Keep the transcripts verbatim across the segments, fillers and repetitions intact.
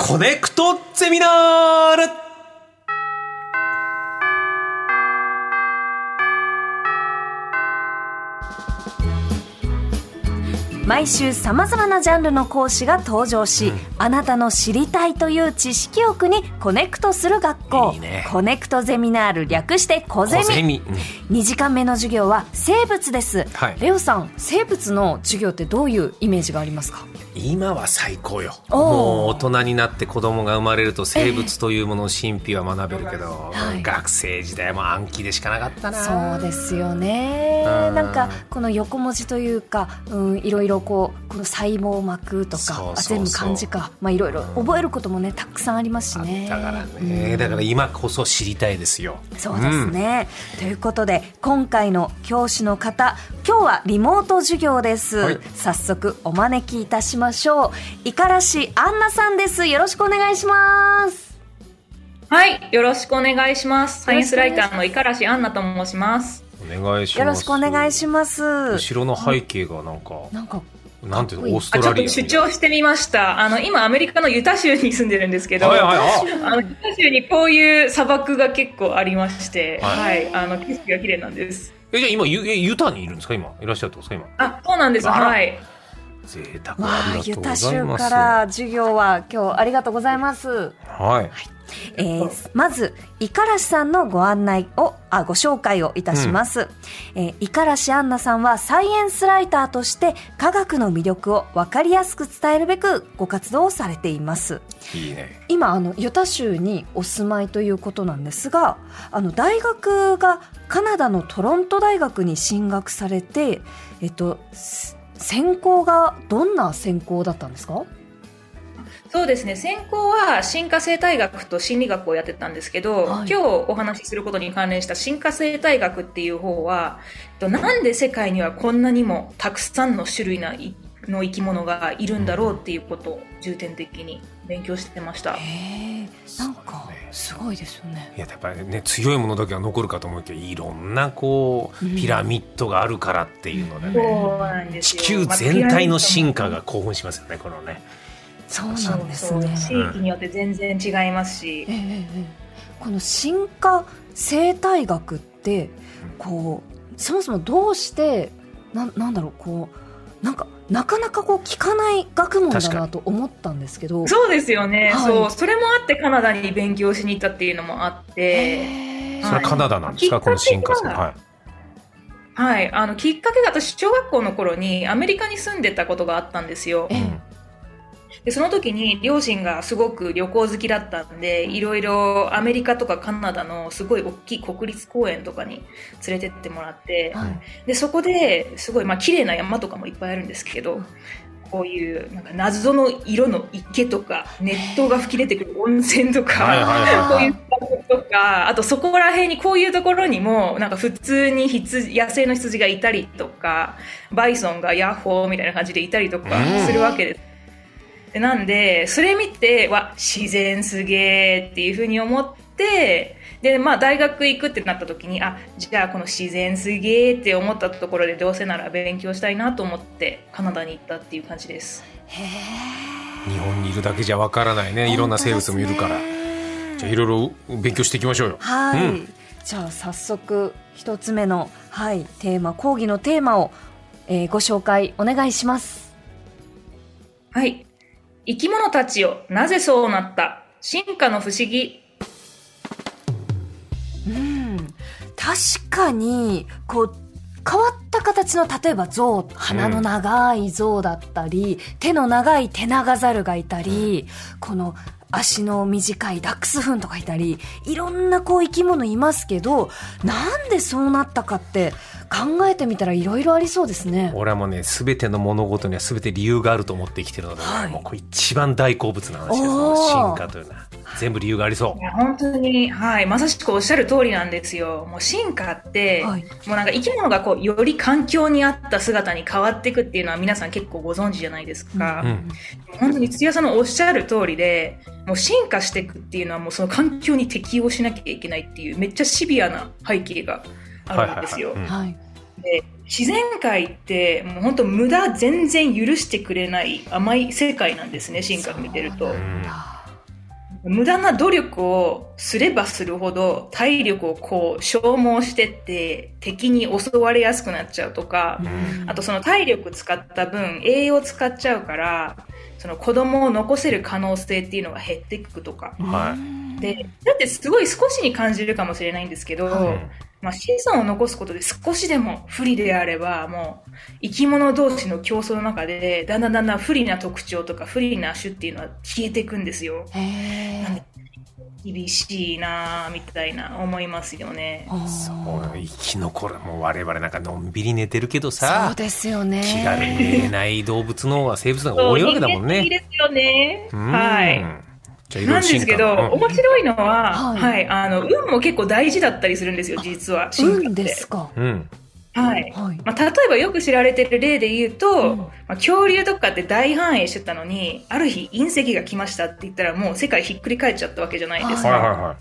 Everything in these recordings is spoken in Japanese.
コネクトゼミナール。 毎週さまざまなジャンルの講師が登場し、うん、あなたの知りたいという知識欲にコネクトする学校。いいね、コネクトゼミナール、略してコゼミ。コゼミ、うん、にじかんめの授業は生物です、はい、レオさん、生物の授業ってどういうイメージがありますか？ 今は最高よ。もう大人になって子供が生まれると生物というものの神秘は学べるけど、えーはい、学生時代も暗記でしかなかったな。 そうですよね。なんかこの横文字というか、うん、いろいろこうこの細胞膜とか、そうそうそう、あ、全部漢字か、まあ、いろいろ覚えることもねたくさんありますしね。 だからね、うん、だから今こそ知りたいですよ。 そうですね、うん、ということで今回の教師の方、今日はリモート授業です、はい、早速お招きいたしましょう。五十嵐杏奈さんです。よろしくお願いします。 はい、よろしくお願いします。サイエンスライターの五十嵐杏奈と申します。 お願いします。 よろしくお願いします。 後ろの背景がなんか、うん、なんかなんていうの、オーストラリア。ちょっと主張してみました。あの今アメリカのユタ州に住んでるんですけど、はいはいはい、あのユタ州にこういう砂漠が結構ありまして、はい、はい、あの景色が綺麗なんです。 え、じゃあ今 ユ, ユタにいるんですか？今いらっしゃるってことですか？今。 あ、そうなんです。はい。 贅沢ありがとうございます。 ユタ州から授業は今日ありがとうございます。 はい。はい、 えー、まず五十嵐さんのご案内をあご紹介をいたします、うんえー、五十嵐杏奈さんはサイエンスライターとして科学の魅力を分かりやすく伝えるべくご活動をされています。 いいね。 今あのユタ州にお住まいということなんですが、あの大学がカナダのトロント大学に進学されて、えっと、専攻がどんな専攻だったんですか？ そうですね、専攻は進化生態学と心理学をやってたんですけど、はい、今日お話しすることに関連した進化生態学っていう方は、なんで世界にはこんなにもたくさんの種類の生き物がいるんだろうっていうことを重点的に勉強してました。 へー、なんかすごいですよね。 いや、やっぱりね、強いものだけは残るかと思うけど、いろんなこう、うん、ピラミッドがあるからっていうのでね、 そうなんですよ。 地球全体の進化が興奮しますよね、このね。 そうなんですね。 地域によって全然違いますし、 うん、えー、この進化生態学ってこうそもそもどうしてな、なんだろう、こうなんかなかなかこう聞かない学問だなと思ったんですけど。 そうですよね、はい、そう、それもあってカナダに勉強しに行ったっていうのもあって、 はい、それはカナダなんですか、この進化生。はいはい、あのきっかけが、私小学校の頃にアメリカに住んでたことがあったんですよ。うんでその時に両親がすごく旅行好きだったんで、いろいろアメリカとかカナダのすごい大きい国立公園とかに連れてってもらって、はい、でそこですごいまあ綺麗な山とかもいっぱいあるんですけど、こういうなんか謎の色の池とか熱湯が吹き出てくる温泉とか、こういうとか、あとそこら辺にこういうところにもなんか普通に羊野生の羊がいたりとか、バイソンがヤッホーみたいな感じでいたりとかするわけです。でなんでそれ見てわ自然すげーっていう風に思って、で、まあ、大学行くってなった時に、あ、じゃあこの自然すげーって思ったところでどうせなら勉強したいなと思ってカナダに行ったっていう感じです。 へー、日本にいるだけじゃわからないね、いろんな生物もいるから、じゃあいろいろ勉強していきましょうよ。 はい、うん、じゃあ早速一つ目の、はい、テーマ、講義のテーマを、えー、ご紹介お願いします。 はい、生き物たちよ、なぜそうなった？進化の不思議。 うん、確かにこう変わった形の、例えば象、鼻の長い象だったり、うん、手の長いテナガザルがいたり、この足の短いダックスフンとかいたり、いろんなこう生き物いますけど、なんでそうなったかって考えてみたらいろいろありそうですね。 俺はもうね、全ての物事には全て理由があると思って生きてるので、ね、はい、もうこれ一番大好物な話です。進化というのは全部理由がありそう。 いや本当に、はい、まさしくおっしゃる通りなんですよ。もう進化って、はい、もうなんか生き物がこうより環境に合った姿に変わっていくっていうのは皆さん結構ご存知じゃないですか、うん、本当に土屋さんのおっしゃる通りで、もう進化していくっていうのはもうその環境に適応しなきゃいけないっていうめっちゃシビアな背景があるんですよ。で、自然界ってもう本当無駄全然許してくれない甘い世界なんですね、進化を見てると。 無駄な努力をすればするほど体力をこう消耗してって敵に襲われやすくなっちゃうとか、うん、あとその体力使った分栄養使っちゃうからその子供を残せる可能性っていうのが減っていくとか、はい、でだってすごい少しに感じるかもしれないんですけど、はい、まあ、子孫を残すことで少しでも不利であればもう生き物同士の競争の中でだんだんだんだん不利な特徴とか不利な種っていうのは消えていくんですよ。へー、なんで厳しいなみたいな思いますよね。 そう生き残るもう我々なんかのんびり寝てるけどさ、 そうですよね、 気軽に寝れない動物の方が生物の方が多いわけだもんね。 いいですよね。はい。 じゃあいろいろ進化なんですけど、うん、面白いのは、はい、はい、あの運も結構大事だったりするんですよ実は。進化って。 運ですか。 うん。はい。はい、まあ、例えばよく知られてる例で言うと、うん、まあ、恐竜とかって大繁栄してたのにある日隕石が来ましたって言ったらもう世界ひっくり返っちゃったわけじゃないですか。はいはいはい、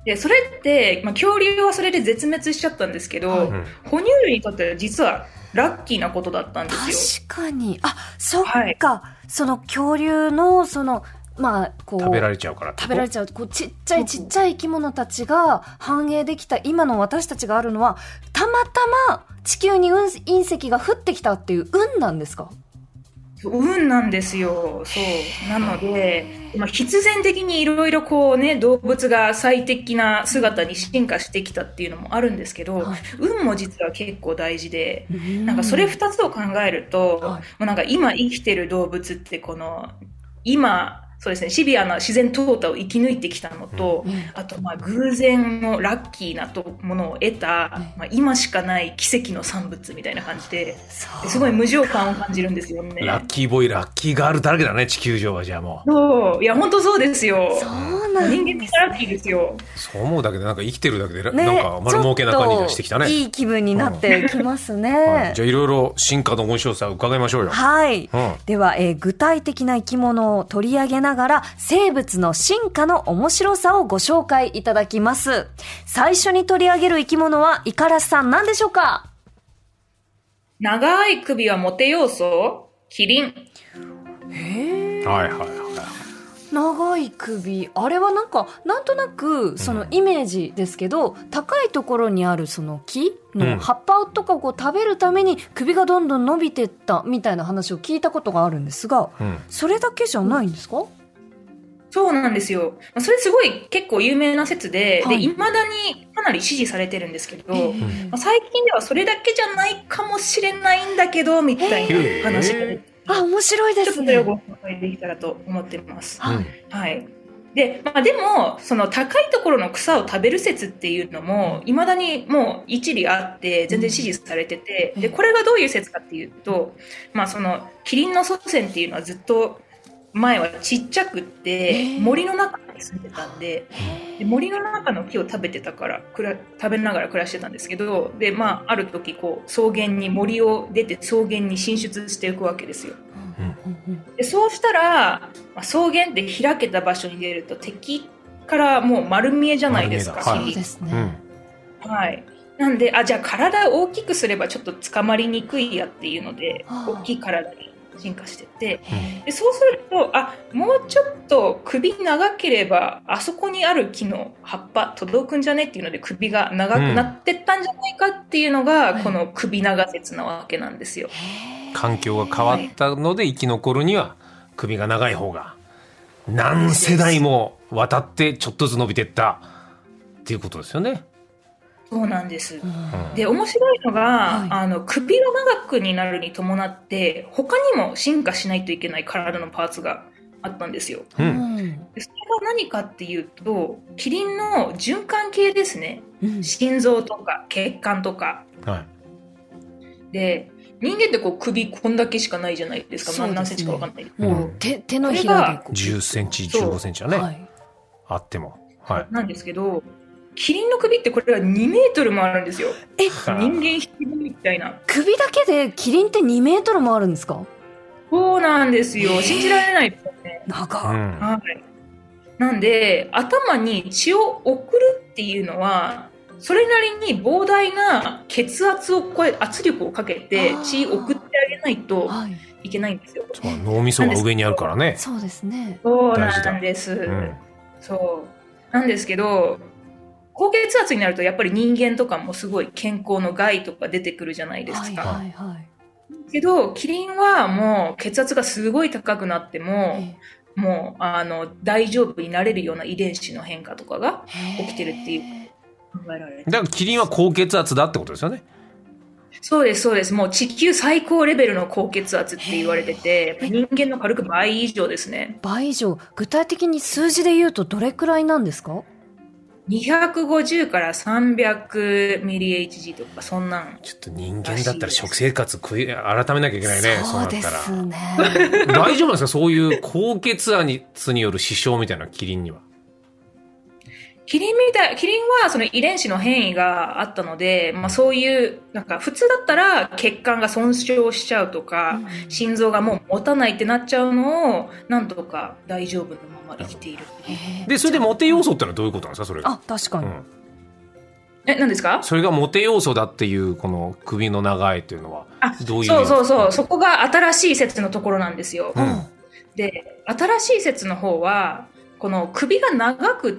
でそれって、まあ、恐竜はそれで絶滅しちゃったんですけど、はい、哺乳類にとっては実はラッキーなことだったんですよ。 確かに。あ、そっか、はい、その恐竜のそのまあ、こう食べられちゃうから食べられちゃうこうちっちゃいちっちゃい生き物たちが繁栄できた今の私たちがあるのはたまたま地球に隕石が降ってきたっていう運なんですか？ 運なんですよ。そうなので、まあ、必然的にいろいろこうね動物が最適な姿に進化してきたっていうのもあるんですけど、はい、運も実は結構大事で、なんかそれふたつを考えると、はい、もうなんか今生きてる動物ってこの今そうですね、シビアな自然淘汰を生き抜いてきたのと、うん、あとまあ偶然のラッキーなとものを得た、うん、まあ、今しかない奇跡の産物みたいな感じで、すごい無常感を感じるんですよね。 ラッキーボーイラッキーガールだらけだね地球上は。じゃあもうそういや本当そうですよ。 そうなんです。 人間ってラッキーですよ。 そう思うだけでなんか生きてるだけで、ね、なんか丸儲けな感じがしてきたね。 いい気分になってきますね、 うんはい、じゃあいろいろ進化の面白さを伺いましょうよ。 はい、うん、では、えー、具体的な生き物を取り上げながら生物の進化の面白さをご紹介いただきます。最初に取り上げる生き物は五十嵐さん何でしょうか？ 長い首はモテ要素キリン。 へー、 はいはいはい。 長い首、あれはなんかなんとなくそのイメージですけど、うん、高いところにあるその木の葉っぱとかをこう食べるために首がどんどん伸びてったみたいな話を聞いたことがあるんですが、うん、それだけじゃないんですか？ そうなんですよ。それすごい結構有名な説で、はい、で未だにかなり支持されてるんですけど、えーまあ、最近ではそれだけじゃないかもしれないんだけどみたいな話が、えー、 あ、面白いですね。 ちょっとご紹介できたらと思ってます。はい。はい、で、まあ、でもその高いところの草を食べる説っていうのも未だにもう一理あって全然支持されてて、うん、でこれがどういう説かっていうと、まあ、そのキリンの祖先っていうのはずっと前はちっちゃくって森の中に住んでたんで、で森の中の木を食べてたからくら食べながら暮らしてたんですけど、で、まあ、ある時こう草原に森を出て草原に進出していくわけですよ。でそうしたら、まあ、草原って開けた場所に出ると敵からもう丸見えじゃないですか。 そうですね、 はい、なんであじゃあ体を大きくすればちょっと捕まりにくいやっていうので大きい体に進化してて、でそうするとあもうちょっと首長ければあそこにある木の葉っぱ届くんじゃねっていうので首が長くなってったんじゃないかっていうのが、うん、この首長説なわけなんですよ。 環境が変わったので生き残るには首が長い方が何世代も渡ってちょっとずつ伸びてったっていうことですよね。 そうなんです、うん、で面白いのが、はい、あの首が長くになるに伴って他にも進化しないといけない体のパーツがあったんですよ、うん、でそれが何かっていうとキリンの循環系ですね、うん、心臓とか血管とか、はい、で人間ってこう首こんだけしかないじゃないですか。す、ね、何センチか分かんない、 もう 手, 手のひらでじゅっセンチじゅうごセンチはね、はい、あっても、はい、 なんですけどキリンの首ってこれはにメートルもあるんですよ。え、人間一人みたいな。 首だけでキリンってにメートルもあるんですか？ そうなんですよ。信じられないですよね。 長、うん、 はい。なんで頭に血を送るっていうのはそれなりに膨大な血圧を超え圧力をかけて血を送ってあげないといけないんですよ。 そう脳みそが上にあるからね。 そうですね。 そうなんです。うんそうなんですけど、高血圧になるとやっぱり人間とかもすごい健康の害とか出てくるじゃないですか。はいはいはい、けどキリンはもう血圧がすごい高くなっても、えー、もうあの大丈夫になれるような遺伝子の変化とかが起きてるっていう考えられる。 だからキリンは高血圧だってことですよね。 そうですそうです。もう地球最高レベルの高血圧って言われてて、人間の軽く倍以上ですね。 倍以上。具体的に数字で言うとどれくらいなんですか？ にひゃくごじゅうからさんびゃくミリエイチジー とかそんなん。 ちょっと人間だったら食生活改めなきゃいけないね。 そうですね。 大丈夫なんですか？そういう高血圧による支障みたいなキリンには。 キリンみたい、キリンはその遺伝子の変異があったので、まあそういう、なんか普通だったら血管が損傷しちゃうとか、うん、心臓がもう持たないってなっちゃうのを、なんとか大丈夫のまま生きている。 で、それでモテ要素ってのはどういうことなんですか、それが。 あ、確かに。うん、 え、何ですか？ それがモテ要素だっていう、この首の長いっていうのは、 あ、 どういう？ そうそうそう、そこが新しい説のところなんですよ。うん、で、新しい説の方は、この首が長くって、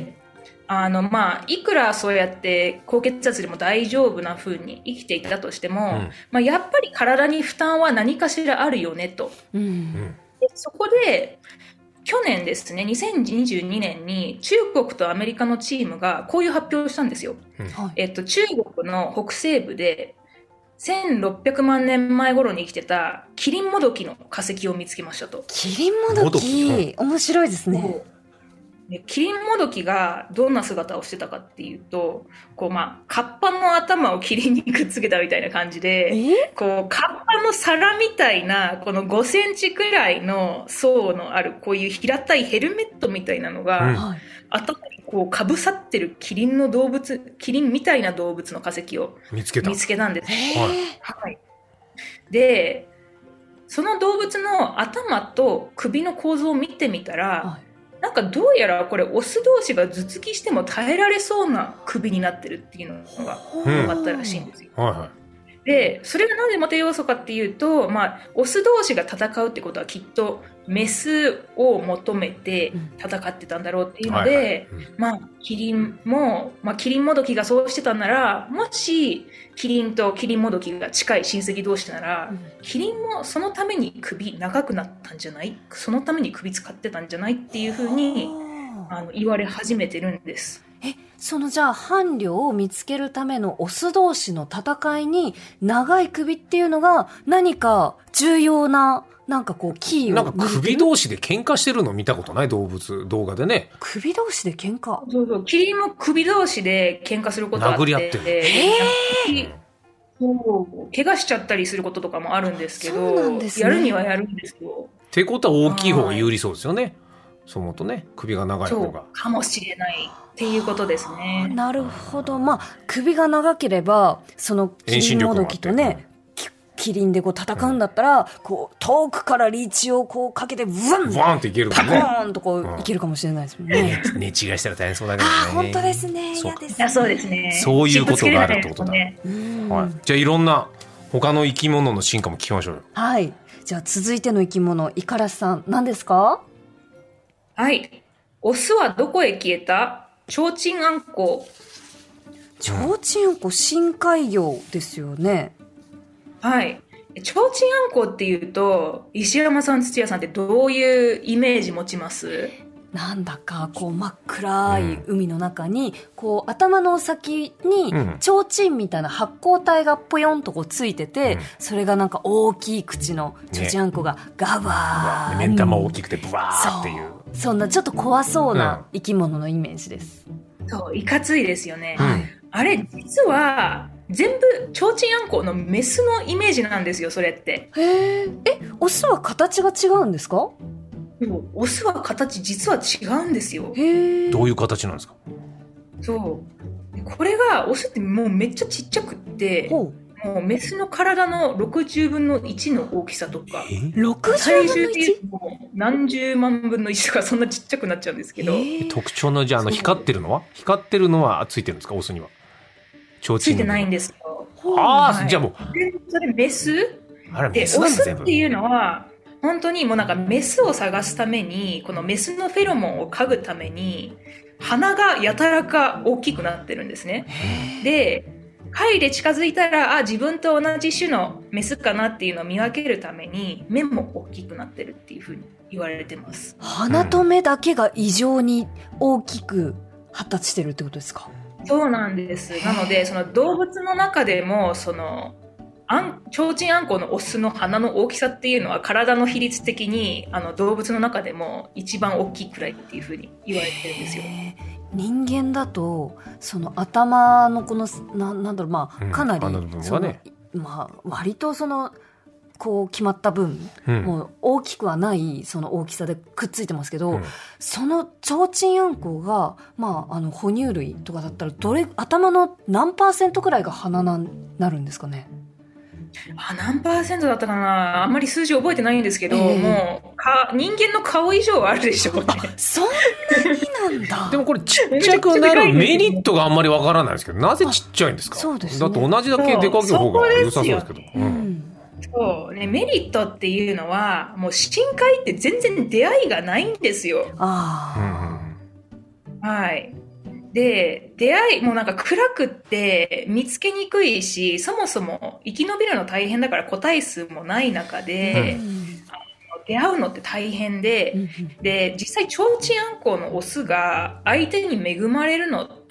うんあの、まあ、いくらそうやって高血圧でも大丈夫な風に生きていたとしても、うんまあ、やっぱり体に負担は何かしらあるよねと。うん、でそこで、去年ですね、にせんにじゅうにねんに中国とアメリカのチームがこういう発表をしたんですよ。うんえっと、中国の北西部でせんろっぴゃくまんねんまえ頃に生きてたキリンモドキの化石を見つけましたと。 キリンモドキ、面白いですね。 キリンモドキがどんな姿をしてたかっていうと、こうまあ、カッパの頭をキリンにくっつけたみたいな感じで、こう、カッパの皿みたいな、このごセンチくらいの層のある、こういう平たいヘルメットみたいなのが、うん、頭にこう、かぶさってるキリンの動物、キリンみたいな動物の化石を見つけた。 見つけたんです。はい。はい。で、その動物の頭と首の構造を見てみたら、はいなんかどうやらこれオス同士が頭突きしても耐えられそうな首になってるっていうのが分かったらしいんですよ。うんはいはい、で、それがなんでモテ要素かっていうと、まあ、オス同士が戦うってことはきっとメスを求めて戦ってたんだろうっていうので、うんはいはいうん、まあ、キリンも、まあ、キリンモドキがそうしてたんなら、もし、キリンとキリンモドキが近い親戚同士なら、うん、キリンもそのために首長くなったんじゃないそのために首使ってたんじゃないっていうふうにあの言われ始めてるんです。 え、そのじゃあ伴侶を見つけるためのオス同士の戦いに長い首っていうのが何か重要ななんかこうキーをなんか首同士で喧嘩してるの見たことない動物動画でね。 首同士で喧嘩。 そうそう。キリンも首同士で喧嘩することあって。 殴り合ってる。 へー。 そう怪我しちゃったりすることとかもあるんですけど、 そうなんですね、 やるにはやるんですよ。 ってことは大きい方が有利そうですよね。そう思うとね、首が長い方が。 そうかもしれないっていうことですね。 なるほど。まあ首が長ければそのキリンモドキとね。キリンでこう戦うんだったら、うん、こう遠くからリーチをこうかけてブワンブワンっていけるかもね。 パコーンとこういけるかもしれないですもんね。 うん、寝違いしたら大変そうだけどね。 あ、本当ですね。嫌ですね。 そうですね。 そういうことがあるってことだ。ねはい、じゃあいろんな他の生き物の進化も聞きましょうよ。 はい。じゃあ続いての生き物、イカラスさん何ですか？ はい。オスはどこへ消えた？チョウチンアンコウ。 チョウチンアンコウ深海魚ですよね。 はい。チョウチンアンコウっていうと石山さん土屋さんってどういうイメージ持ちます？ なんだかこう真っ暗い海の中に、うん、こう頭の先に提灯みたいな発光体がポヨンとこうついてて、うん、それがなんか大きい口のチョウチンアンコウがガバー、 ね、目ん玉大きくてブワーっていう、 そう、そんなちょっと怖そうな生き物のイメージです、 うん、そういかついですよね、うん、あれ実は全部チョウチンアンコウのメスのイメージなんですよ。それってへー。え、オスは形が違うんですか？ オスは形実は違うんですよ。 へー。 どういう形なんですか？ そうこれがオスってもうめっちゃちっちゃくってもうメスの体のろくじゅうぶんのいちの大きさとか、 ろくじゅうぶんのいち？ 体重でも何十万分のいちとかそんなちっちゃくなっちゃうんですけど、 特徴のじゃあ、あの光ってるのは光ってるのはついてるんですか？オスにはついてないんですよ。 ああ、はい、じゃあもうそれメスあれでメスなんだ。オスっていうのは本当にもうなんかメスを探すために、このメスのフェロモンを嗅ぐために、鼻がやたらか大きくなってるんですね。で、貝で近づいたら、あ、自分と同じ種のメスかなっていうのを見分けるために、目も大きくなってるっていうふうに言われてます。 鼻と目だけが異常に大きく発達してるってことですか？ そうなんです。なので、その動物の中でも、その、あん、ちょうちんあんこのオスの鼻の大きさっていうのは体の比率的にあの動物の中でも一番大きいくらいっていうふうに言われてるんですよ。 人間だとその頭のこの な, なんだろう、まあ、かなり、 うんその、 ね、 まあ、割とそのこう決まった分、うん、もう大きくはないその大きさでくっついてますけど、うん、そのちょうちんあんこが、まあ、あの哺乳類とかだったらどれ頭の何パーセントくらいが鼻になるんですかね？ あ、何パーセントだったかな、あんまり数字覚えてないんですけど、えー、もうか人間の顔以上はあるでしょうね。 そんなになんだ。 でもこれちっちゃくなるメリットがあんまりわからないですけど、なぜちっちゃいんですか？ そうですね、 だって同じだけでかける方が良さそうですけど。 そうね、メリットっていうのはもう深海って全然出会いがないんですよ。 あ、 うん、はい。で、出会い、もうなんか暗くって見つけにくいし、そもそも生き延びるの大変だから個体数もない中で、うん、出会うのって大変で、うん、で、実際ちょうちんあんこのオスが相手に恵まれるのって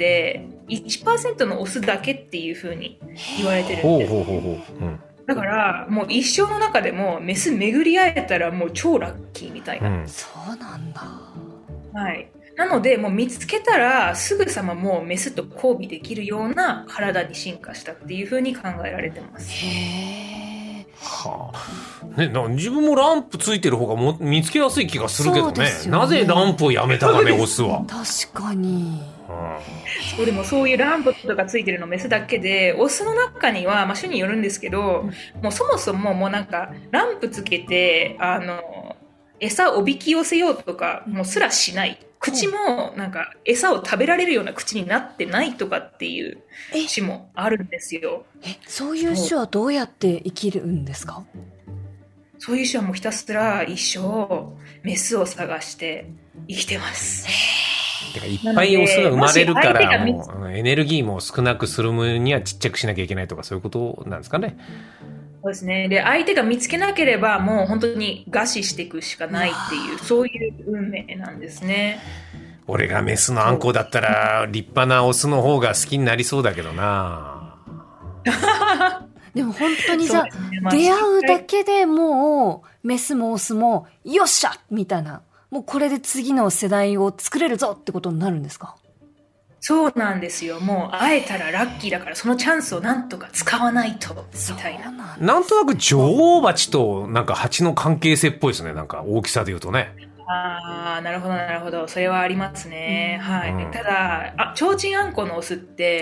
いちパーセント のオスだけっていう風に言われてるんです。ほうほうほうほう、うん、だからもう一生の中でもメス巡り会えたらもう超ラッキーみたいな、うん、 そうなんだ。 はい。なのでもう見つけたらすぐさまもうメスと交尾できるような体に進化したっていう風に考えられてます。 へー、 はあね、な自分もランプついてる方がも見つけやすい気がするけど ね, ねなぜランプをやめたかねオスは。 確かに、 はあ、そうでもそういうランプとかついてるのメスだけで、オスの中には、まあ、種によるんですけど、うん、もうそもそももうなんかランプつけてあの餌をおびき寄せようとかもうすらしない、口もなんか餌を食べられるような口になってないとかっていう種もあるんですよ。 え、そういう種はどうやって生きるんですか？ そういう種はもうひたすら一生メスを探して生きてます。 てかいっぱいオスが生まれるからもうエネルギーも少なくするにはちっちゃくしなきゃいけないとかそういうことなんですかね。 そうですね。で、相手が見つけなければもう本当に餓死していくしかないっていう、そういう運命なんですね。 俺がメスのあんこだったら立派なオスの方が好きになりそうだけどな。 でも本当にじゃあ、ね、まあ、出会うだけでもうメスもオスもよっしゃみたいな、もうこれで次の世代を作れるぞってことになるんですか？ そうなんですよ。もう会えたらラッキーだからそのチャンスをなんとか使わないとみたいな。 な, なんとなく女王蜂となんか蜂の関係性っぽいですね。なんか大きさで言うとね。 ああ、なるほどなるほど。それはありますね。うん、はい。うん、ただ、あ、ちょうちんあんこのオスって、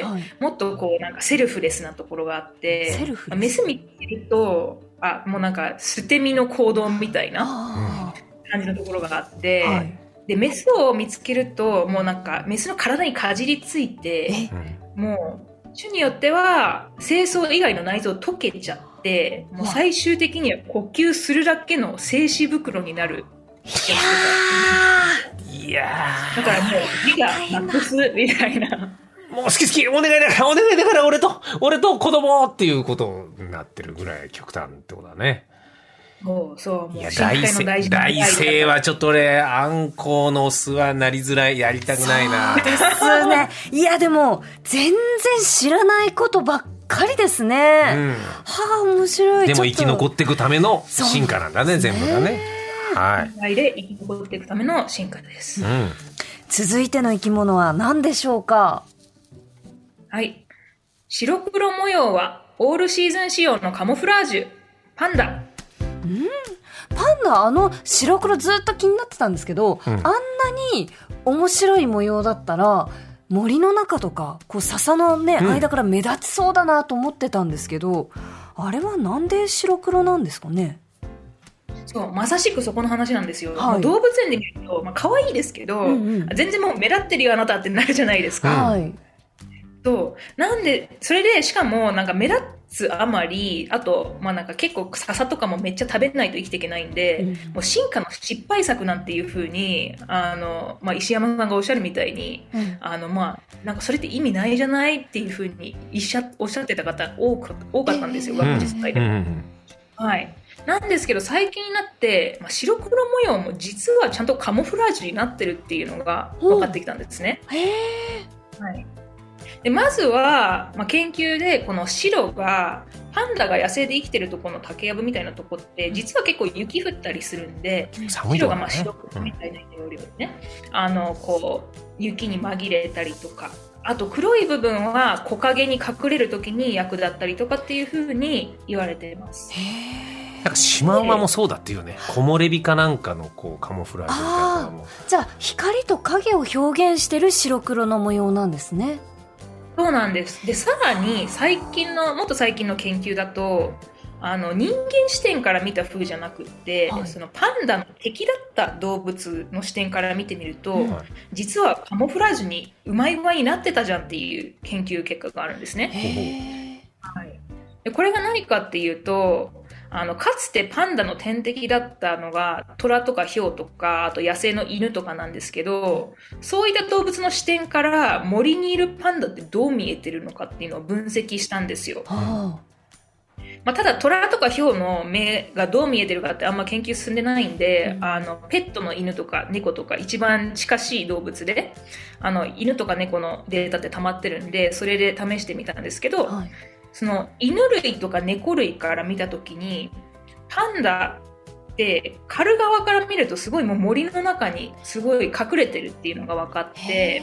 はい、もっとこうなんかセルフレスなところがあって、セルフレス、メス見てると、あ、もうなんか捨て身の行動みたいな感じのところがあって。はい、でメスを見つけるともうなんかメスの体にかじりついて、もう種によっては精巣以外の内臓溶けちゃって、もう最終的には呼吸するだけの精子袋になる。 いやー、だからもう火がなくすみたいな。 もう好き好きお願いだからお願いだから俺と俺と子供っていうことになってるぐらい極端ってことだね。 もうそうもう大生大生はちょっと俺あんこのオスはなりづらい、やりたくないな。 そうですね。いやでも全然知らないことばっかりですね。うん、はあ、面白い。 でも生き残っていくための進化なんだね、全部がね。 はい。世界で生き残っていくための進化です。うん、 続いての生き物は何でしょうか？ はい。白黒模様はオールシーズン仕様のカモフラージュ、パンダ。 うん、パンダ、あの白黒ずっと気になってたんですけど、うん、あんなに面白い模様だったら森の中とかこう笹の、ね、うん、間から目立ちそうだなと思ってたんですけど、あれはなんで白黒なんですかね？ そうまさしくそこの話なんですよ。はい、動物園で見ると、まあ、可愛いですけど、うんうん、全然もう目立ってるよあなたってなるじゃないですか。はい、そうなんでそれでしかもなんか目立つあまり、あと、まあなんか結構笹とかもめっちゃ食べないと生きていけないんで、うん、もう進化の失敗作なんていう風に、あの、まあ石山さんがおっしゃるみたいに、うん、あの、まあ、なんかそれって意味ないじゃないっていう風におっしゃってた方多かったんですよ、学術会でも。うんうん、はい。なんですけど最近になって、まあ、白黒模様も実はちゃんとカモフラージュになってるっていうのが分かってきたんですね。 へー、はい、でまずは、まあ、研究でこの白がパンダが野生で生きてるところの竹やぶみたいなとこって実は結構雪降ったりするんで、 うん、 白がまあ白黒みたいな色よりね、うん、あのこう雪に紛れたりとか、あと黒い部分は木陰に隠れるときに役立ったりとかっていう風に言われています。 へー、 なんかシマウマもそうだっていうね、木漏れ日かなんかのこうカモフラージュみたいなのも。 じゃあ光と影を表現してる白黒の模様なんですね。 そうなんです。でさらに最近のもっと最近の研究だと、あの人間視点から見た風じゃなくって、はい、そのパンダの敵だった動物の視点から見てみると、うん、実はカモフラージュにうまいうまいになってたじゃんっていう研究結果があるんですね。 へー、はい、でこれが何かっていうと、あのかつてパンダの天敵だったのが虎とかヒョウとか、あと野生の犬とかなんですけど、そういった動物の視点から森にいるパンダってどう見えてるのかっていうのを分析したんですよ。 はあ、 まあ、ただ虎とかヒョウの目がどう見えてるかってあんま研究進んでないんで、うん、あのペットの犬とか猫とか一番近しい動物で、あの犬とか猫のデータって溜まってるんで、それで試してみたんですけど、はい、その犬類とか猫類から見たときにパンダって狩る側から見るとすごいもう森の中にすごい隠れてるっていうのが分かって、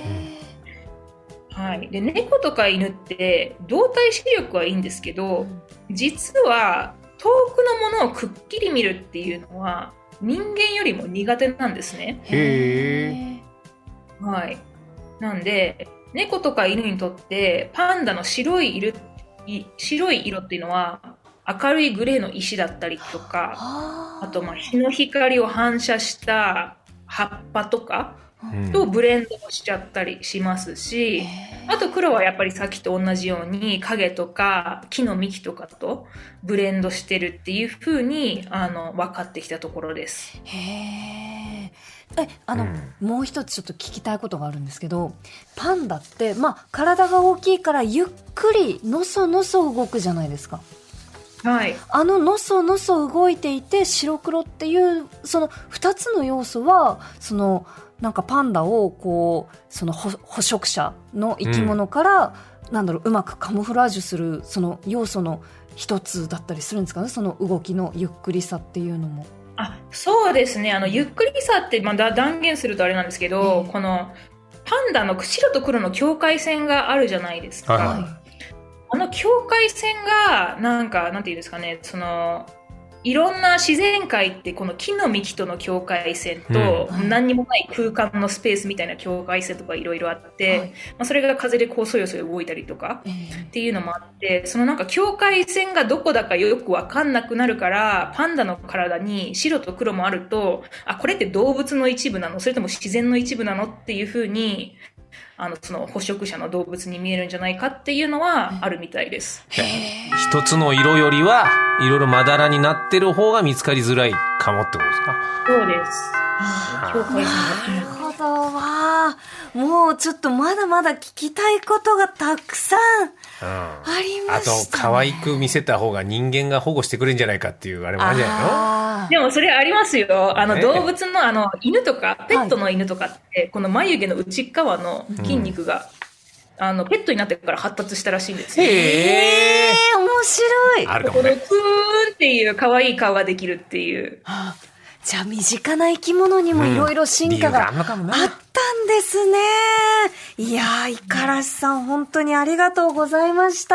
はい、で猫とか犬って動体視力はいいんですけど、実は遠くのものをくっきり見るっていうのは人間よりも苦手なんですね。 へー、はい、なんで猫とか犬にとってパンダの白い色白い色っていうのは明るいグレーの石だったりとか、あとまあ日の光を反射した葉っぱとかとブレンドしちゃったりしますし、あと黒はやっぱりさっきと同じように影とか木の幹とかとブレンドしてるっていう風にあの分かってきたところです。 へー、えあの、うん、もう一つちょっと聞きたいことがあるんですけど、パンダって、まあ、体が大きいからゆっくりのそのそ動くじゃないですか。 はい、 あののそのそ動いていて白黒っていうそのふたつの要素はそのなんかパンダをこうその捕食者の生き物から、うん、なんだろううまくカモフラージュするその要素の一つだったりするんですかね、その動きのゆっくりさっていうのも。 あ、そうですね、あのゆっくりさってまだ断言するとあれなんですけど、えー、このパンダの白と黒の境界線があるじゃないですか、はい、あの境界線がなんかなんていうんですかね、そのいろんな自然界ってこの木の幹との境界線と、うん、何にもない空間のスペースみたいな境界線とかいろいろあって、はい、まあ、それが風でこうそよそよ動いたりとかっていうのもあって、そのなんか境界線がどこだかよく分かんなくなるから、パンダの体に白と黒もあると、あ、これって動物の一部なのそれとも自然の一部なのっていう風にあのその捕食者の動物に見えるんじゃないかっていうのはあるみたいです。 一つの色よりはいろいろまだらになってる方が見つかりづらいかもってことですか。 そうです。境界線がなるほど。わもうちょっとまだまだ聞きたいことがたくさんありました、ね、 あと可愛く見せた方が人間が保護してくれるんじゃないかっていうあれもあるじゃないの。 でもそれありますよ。あの、ね、動物のあの犬とかペットの犬とかって、はい、この眉毛の内側の筋肉が、うん、あのペットになってから発達したらしいんですよ。 へー、面白い。 あるかもね。 このクーンっていう可愛い顔ができるっていう、 はあ、じゃあ身近な生き物にもいろいろ進化があったんですね。うん、いやー、五十嵐さん本当にありがとうございました。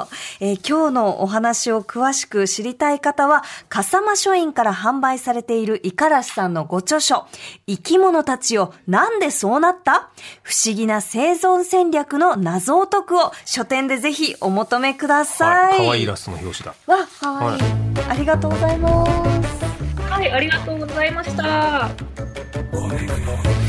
えー、今日のお話を詳しく知りたい方は笠間書院から販売されている五十嵐さんのご著書、生き物たちよなんでそうなった?不思議な生存戦略の謎を解くを書店でぜひお求めください。 はい、かわいいイラストの表紙だ。 わ、かわいい、はい、ありがとうございます。 はい、ありがとうございました。